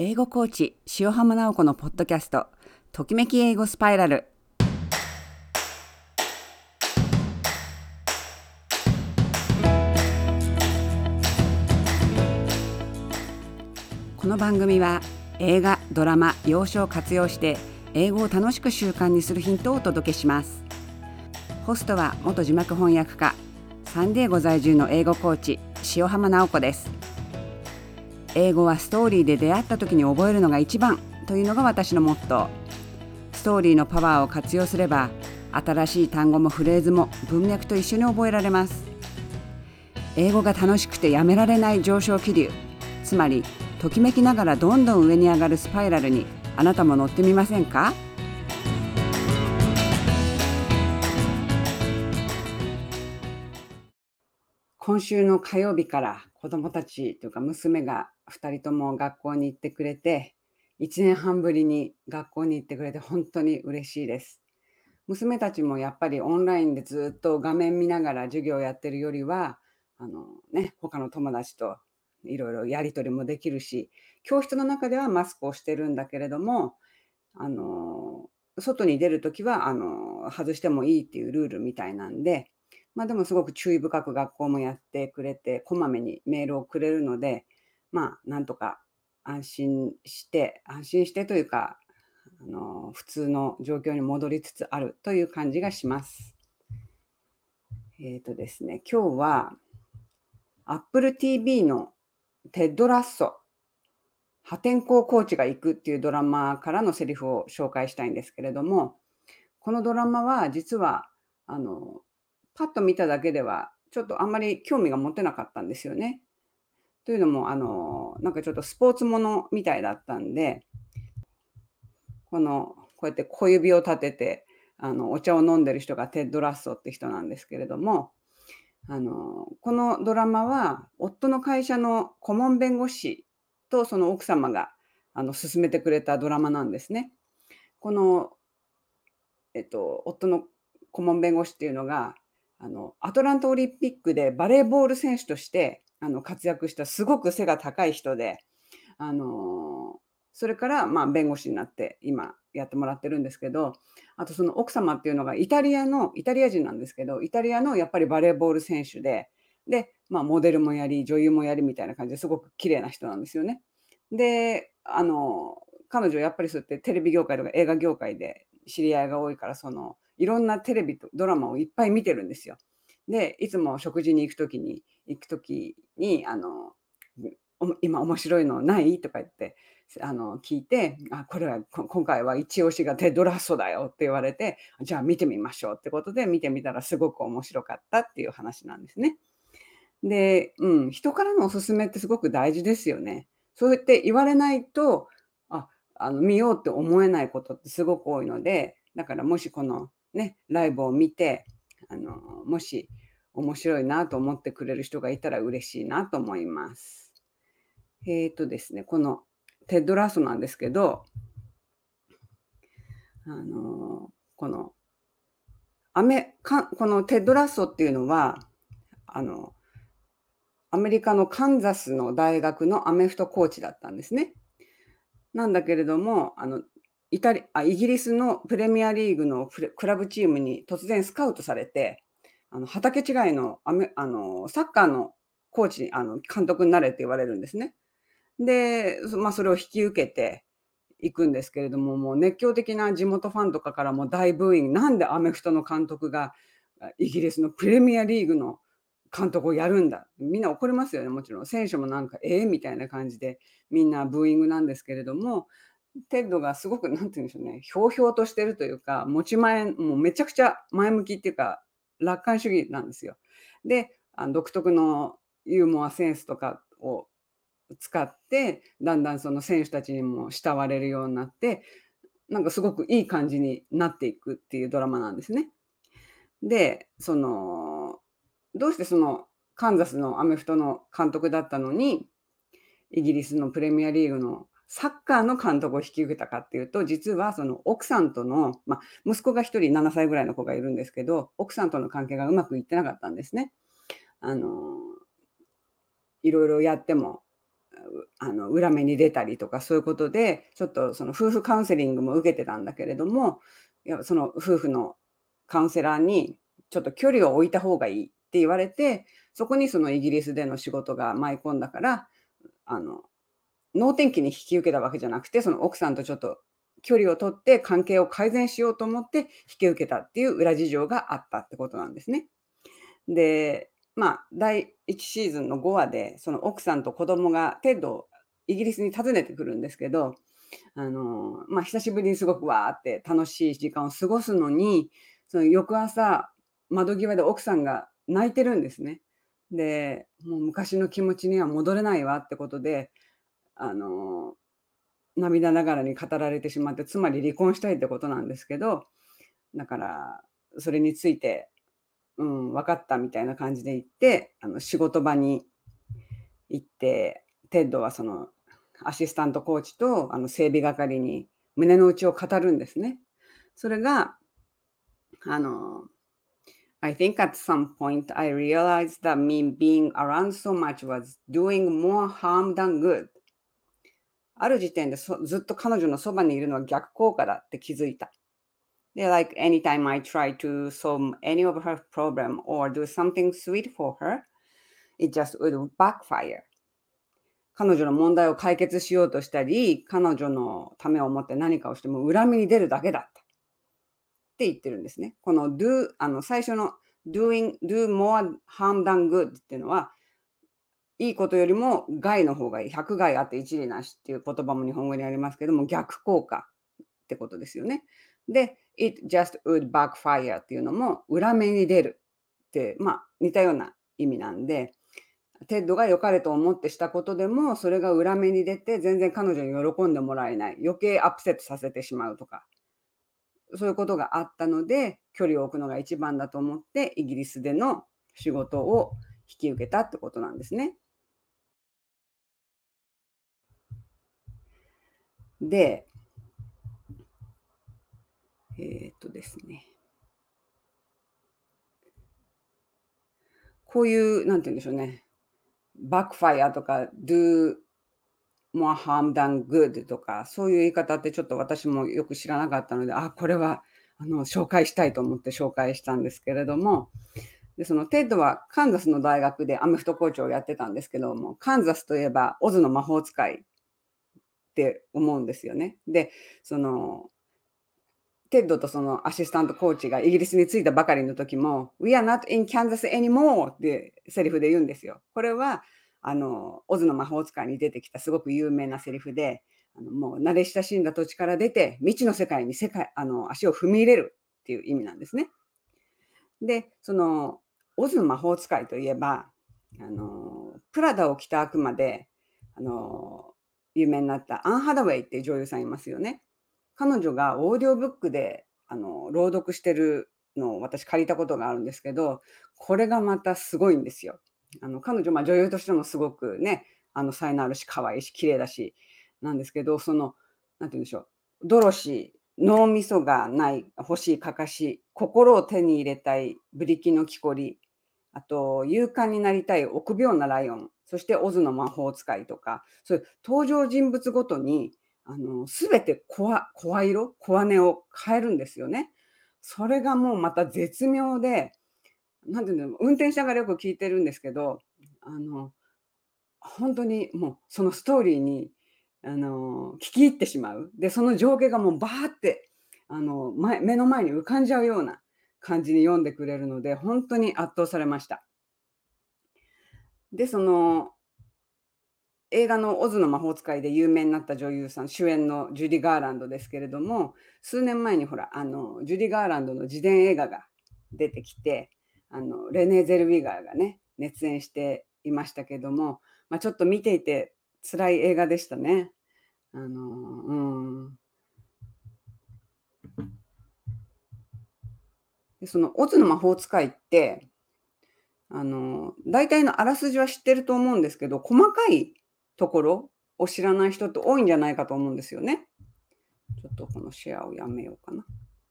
英語コーチ塩浜直子のポッドキャスト、ときめき英語スパイラル。この番組は映画、ドラマ、洋書を活用して英語を楽しく習慣にするヒントをお届けします。ホストは元字幕翻訳家、サンディエゴ在住の英語コーチ塩浜直子です。英語はストーリーで出会った時に覚えるのが一番というのが私のモットー。ストーリーのパワーを活用すれば、新しい単語もフレーズも文脈と一緒に覚えられます。英語が楽しくてやめられない上昇気流、つまりときめきながらどんどん上に上がるスパイラルに、あなたも乗ってみませんか？今週の火曜日から子どもたちというか娘が2人とも学校に行ってくれて、1年半ぶりに学校に行ってくれて本当に嬉しいです。娘たちもやっぱりオンラインでずっと画面見ながら授業をやってるよりは、他の友達といろいろやり取りもできるし、教室の中ではマスクをしてるんだけれども、あの、外に出るときは外してもいいっていうルールみたいなんで、でもすごく注意深く学校もやってくれて、こまめにメールをくれるので、なんとか安心してというか、普通の状況に戻りつつあるという感じがします。ですね、今日は Apple TV のテッド・ラッソ、破天荒コーチが行くっていうドラマからのセリフを紹介したいんですけれども、このドラマは実はあのパッと見ただけではちょっとあんまり興味が持てなかったんですよね。というのもなんかちょっとスポーツものみたいだったんで、こうやって小指を立ててお茶を飲んでる人がテッド・ラッソって人なんですけれども、このドラマは夫の会社の顧問弁護士とその奥様が勧めてくれたドラマなんですね。この、夫の顧問弁護士っていうのがアトランタオリンピックでバレーボール選手として活躍したすごく背が高い人で、あの、それから、弁護士になって今やってもらってるんですけど、あとその奥様っていうのがイタリア人なんですけど、イタリアのやっぱりバレーボール選手で、モデルもやり、女優もやりみたいな感じですごく綺麗な人なんですよね。で、彼女やっぱりそうやってテレビ業界とか映画業界で知り合いが多いから、いろんなテレビとドラマをいっぱい見てるんですよ。で、いつも食事に行く時に今面白いのない？とか言って、聞いて、これは今回は一押しがテッドラッソだよって言われて、じゃあ見てみましょうってことで見てみたらすごく面白かったっていう話なんですね。で、人からのおすすめってすごく大事ですよね。そうやって言われないと、あ、見ようって思えないことってすごく多いので、だからもしこのね、ライブを見て、もし面白いなと思ってくれる人がいたら嬉しいなと思います。ですね、このテッドラッソなんですけど、このこのテッドラッソっていうのは、あの、アメリカのカンザスの大学のアメフトコーチだったんですね。なんだけれども、イギリスのプレミアリーグのクラブチームに突然スカウトされて、畑違いのサッカーのコーチ監督になれって言われるんですね。で、それを引き受けていくんですけれども、もう熱狂的な地元ファンとかからも大ブーイング、なんでアメフトの監督がイギリスのプレミアリーグの監督をやるんだ。みんな怒りますよね、もちろん。選手もなんか、みたいな感じで、みんなブーイングなんですけれども、テッドがすごく、なんて言うんでしょうね、ひょうひょうとしてるというか、もうめちゃくちゃ前向きっていうか、楽観主義なんですよ。で、独特のユーモアセンスとかを使って、だんだんその選手たちにも慕われるようになって、なんかすごくいい感じになっていくっていうドラマなんですね。で、どうしてそのカンザスのアメフトの監督だったのに、イギリスのプレミアリーグのサッカーの監督を引き受けたかっていうと、実はその奥さんとの、息子が1人7歳ぐらいの子がいるんですけど、奥さんとの関係がうまくいってなかったんですね。あの、いろいろやっても、 裏目に出たりとか、そういうことで、ちょっとその夫婦カウンセリングも受けてたんだけれども、いや、その夫婦のカウンセラーにちょっと距離を置いた方がいいって言われて、そこにそのイギリスでの仕事が舞い込んだから、あの、能天気に引き受けたわけじゃなくて、その奥さんとちょっと距離を取って関係を改善しようと思って引き受けたっていう裏事情があったってことなんですね。で、第1シーズンの5話で、その奥さんと子供がテッドをイギリスに訪ねてくるんですけど、久しぶりにすごくわーって楽しい時間を過ごすのに、その翌朝、窓際で奥さんが泣いてるんですね。で、もう昔の気持ちには戻れないわってことで、あの、涙ながらに語られてしまって、つまり離婚したいってことなんですけど、だから、それについて分かったみたいな感じで言って、仕事場に行って、テッドはそのアシスタントコーチと整備係に胸の内を語るんですね。それが、あの、I think at some point I realized that me being around so much was doing more harm than good. ある時点でずっと彼女のそばにいるのは逆効果だって気づいた。で、like anytime I try to solve any of her problem or do something sweet for her, it just would backfire. 彼女の問題を解決しようとしたり、彼女のためを思って何かをしても裏目に出るだけだったって言ってるんですね。この 最初の do more harm than good っていうのは、いいことよりも害の方がいい。百害あって一利なしっていう言葉も日本語にありますけども、逆効果ってことですよね。で、it just would backfire っていうのも裏目に出るって、似たような意味なんで、テッドが良かれと思ってしたことでも、それが裏目に出て、全然彼女に喜んでもらえない、余計アップセットさせてしまうとか、そういうことがあったので、距離を置くのが一番だと思って、イギリスでの仕事を引き受けたってことなんですね。で、ですね、こういう、なんて言うんでしょうね、バックファイアとか do more harm than good とか、そういう言い方ってちょっと私もよく知らなかったので、これは紹介したいと思って紹介したんですけれども、で、そのテッドはカンザスの大学でアメフトコーチをやってたんですけども、カンザスといえばオズの魔法使いって思うんですよね。で、そのテッドとそのアシスタントコーチがイギリスに着いたばかりの時も、We are not in Kansas anymore ってセリフで言うんですよ。これは、オズの魔法使いに出てきたすごく有名なセリフで、もう慣れ親しんだ土地から出て、未知の世界に足を踏み入れるっていう意味なんですね。で、その、オズの魔法使いといえば、プラダを着た悪魔で、あの、有名になったアン・ハダウェイっていう女優さんいますよね。彼女がオーディオブックで、朗読してるのを私借りたことがあるんですけど、これがまたすごいんですよ。彼女、女優としてもすごくね、才能あるし、可愛いし、綺麗だし、なんですけど、なんて言うんでしょう、ドロシー、脳みそがない、欲しいかかし、心を手に入れたい、ブリキの木こり、あと、勇敢になりたい臆病なライオン、そしてオズの魔法使いとか、そういう登場人物ごとに、全て声色、声音を変えるんですよね。それがもうまた絶妙で、なんていうの、運転しながらよく聞いてるんですけど、あの、本当にもうそのストーリーに、聞き入ってしまう。で、その情景がもうバーって、目の前に浮かんじゃうような感じに読んでくれるので、本当に圧倒されました。で、その映画のオズの魔法使いで有名になった女優さん、主演のジュディ・ガーランドですけれども、数年前にほら、ジュディ・ガーランドの自伝映画が出てきて、レネー・ゼルウィガーがね、熱演していましたけども、ちょっと見ていて辛い映画でしたね。あの、うん。で、そのオズの魔法使いって、大体のあらすじは知ってると思うんですけど、細かいところを知らない人って多いんじゃないかと思うんですよね。ちょっとこのシェアをやめようかな。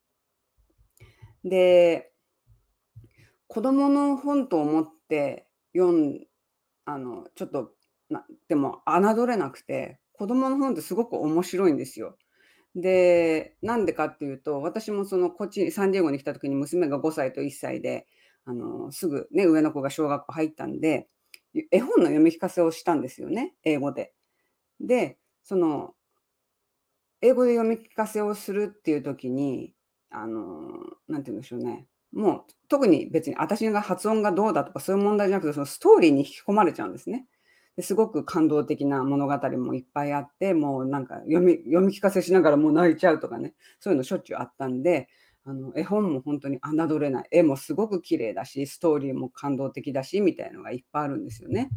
で、子供の本と思ってちょっとでも侮れなくて、子供の本ってすごく面白いんですよ。で、なんでかっていうと、私もそのこっちサンディエゴに来た時に娘が5歳と1歳で、すぐね、上の子が小学校入ったんで、絵本の読み聞かせをしたんですよね、英語で。で、その英語で読み聞かせをするっていう時に、なんて言うんでしょうね、もう特に別に私が発音がどうだとかそういう問題じゃなくて、そのストーリーに引き込まれちゃうんですね。すごく感動的な物語もいっぱいあって、もうなんか読み聞かせしながらもう泣いちゃうとかね、そういうのしょっちゅうあったんで、絵本も本当に侮れない、絵もすごく綺麗だし、ストーリーも感動的だしみたいのがいっぱいあるんですよね。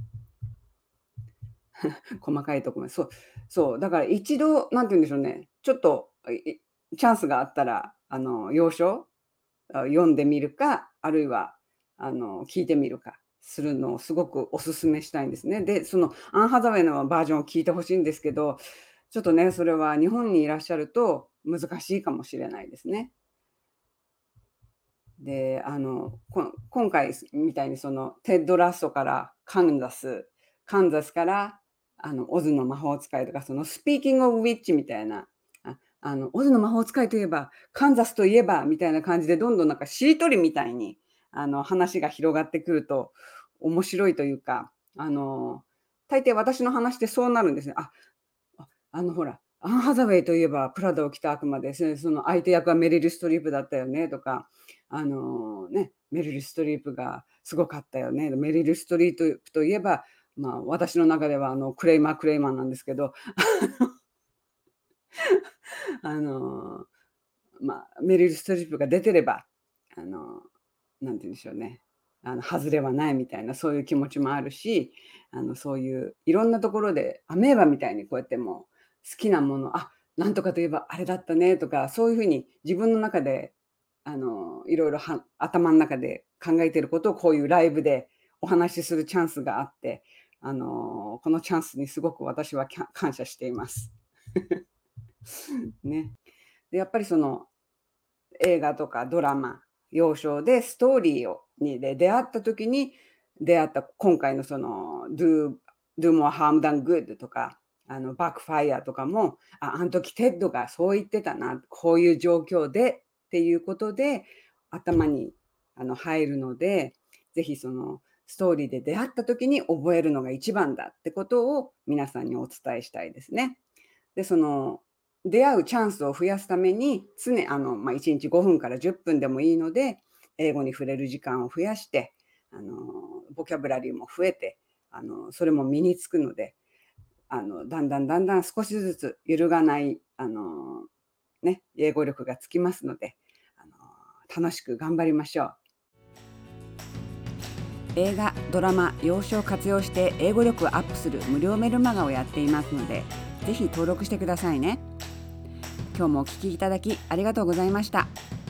細かいところまで。そう、だから一度、なんて言うんでしょうね、ちょっと、チャンスがあったら、洋書、読んでみるか、あるいは、聞いてみるかするのをすごくお勧めしたいんですね。で、そのアン・ハザウェイのバージョンを聞いて欲しいんですけど、ちょっとね、それは日本にいらっしゃると難しいかもしれないですね。で、今回みたいにそのテッドラッソからカンザスからオズの魔法使いとか、そのスピーキングオブウィッチみたいな、オズの魔法使いといえば、カンザスといえばみたいな感じで、どんどんなんかしりとりみたいに話が広がってくると面白いというか、大抵私の話ってそうなるんですね。ほら、アン・ハザウェイといえばプラダを着た悪魔で、その相手役はメリル・ストリープだったよねとか、メリル・ストリープがすごかったよね。メリル・ストリープといえば、私の中ではクレイマーなんですけど、あの、メリル・ストリープが出てれば、あの、なんて言うんでしょうね、外れはないみたいな、そういう気持ちもあるし、そういういろんなところでアメーバみたいにこうやってもう好きなもの、なんとかといえばあれだったねとか、そういう風に自分の中で、いろいろ頭の中で考えていることをこういうライブでお話しするチャンスがあって、このチャンスにすごく私は感謝しています。ね。で、やっぱりその映画とかドラマ、洋書でストーリーで出会った時に、出会った今回のそのDo More Harm Than Good とか、Backfire とかも、あの時テッドがそう言ってたな、こういう状況でっていうことで頭に入るので、ぜひそのストーリーで出会った時に覚えるのが一番だってことを皆さんにお伝えしたいですね。で、その、出会うチャンスを増やすために、1日5分から10分でもいいので、英語に触れる時間を増やして、ボキャブラリーも増えて、それも身につくので、だんだん少しずつ揺るがない、英語力がつきますので、あの、楽しく頑張りましょう。映画、ドラマ、洋書を活用して英語力をアップする無料メルマガをやっていますので、ぜひ登録してくださいね。今日もお聞きいただきありがとうございました。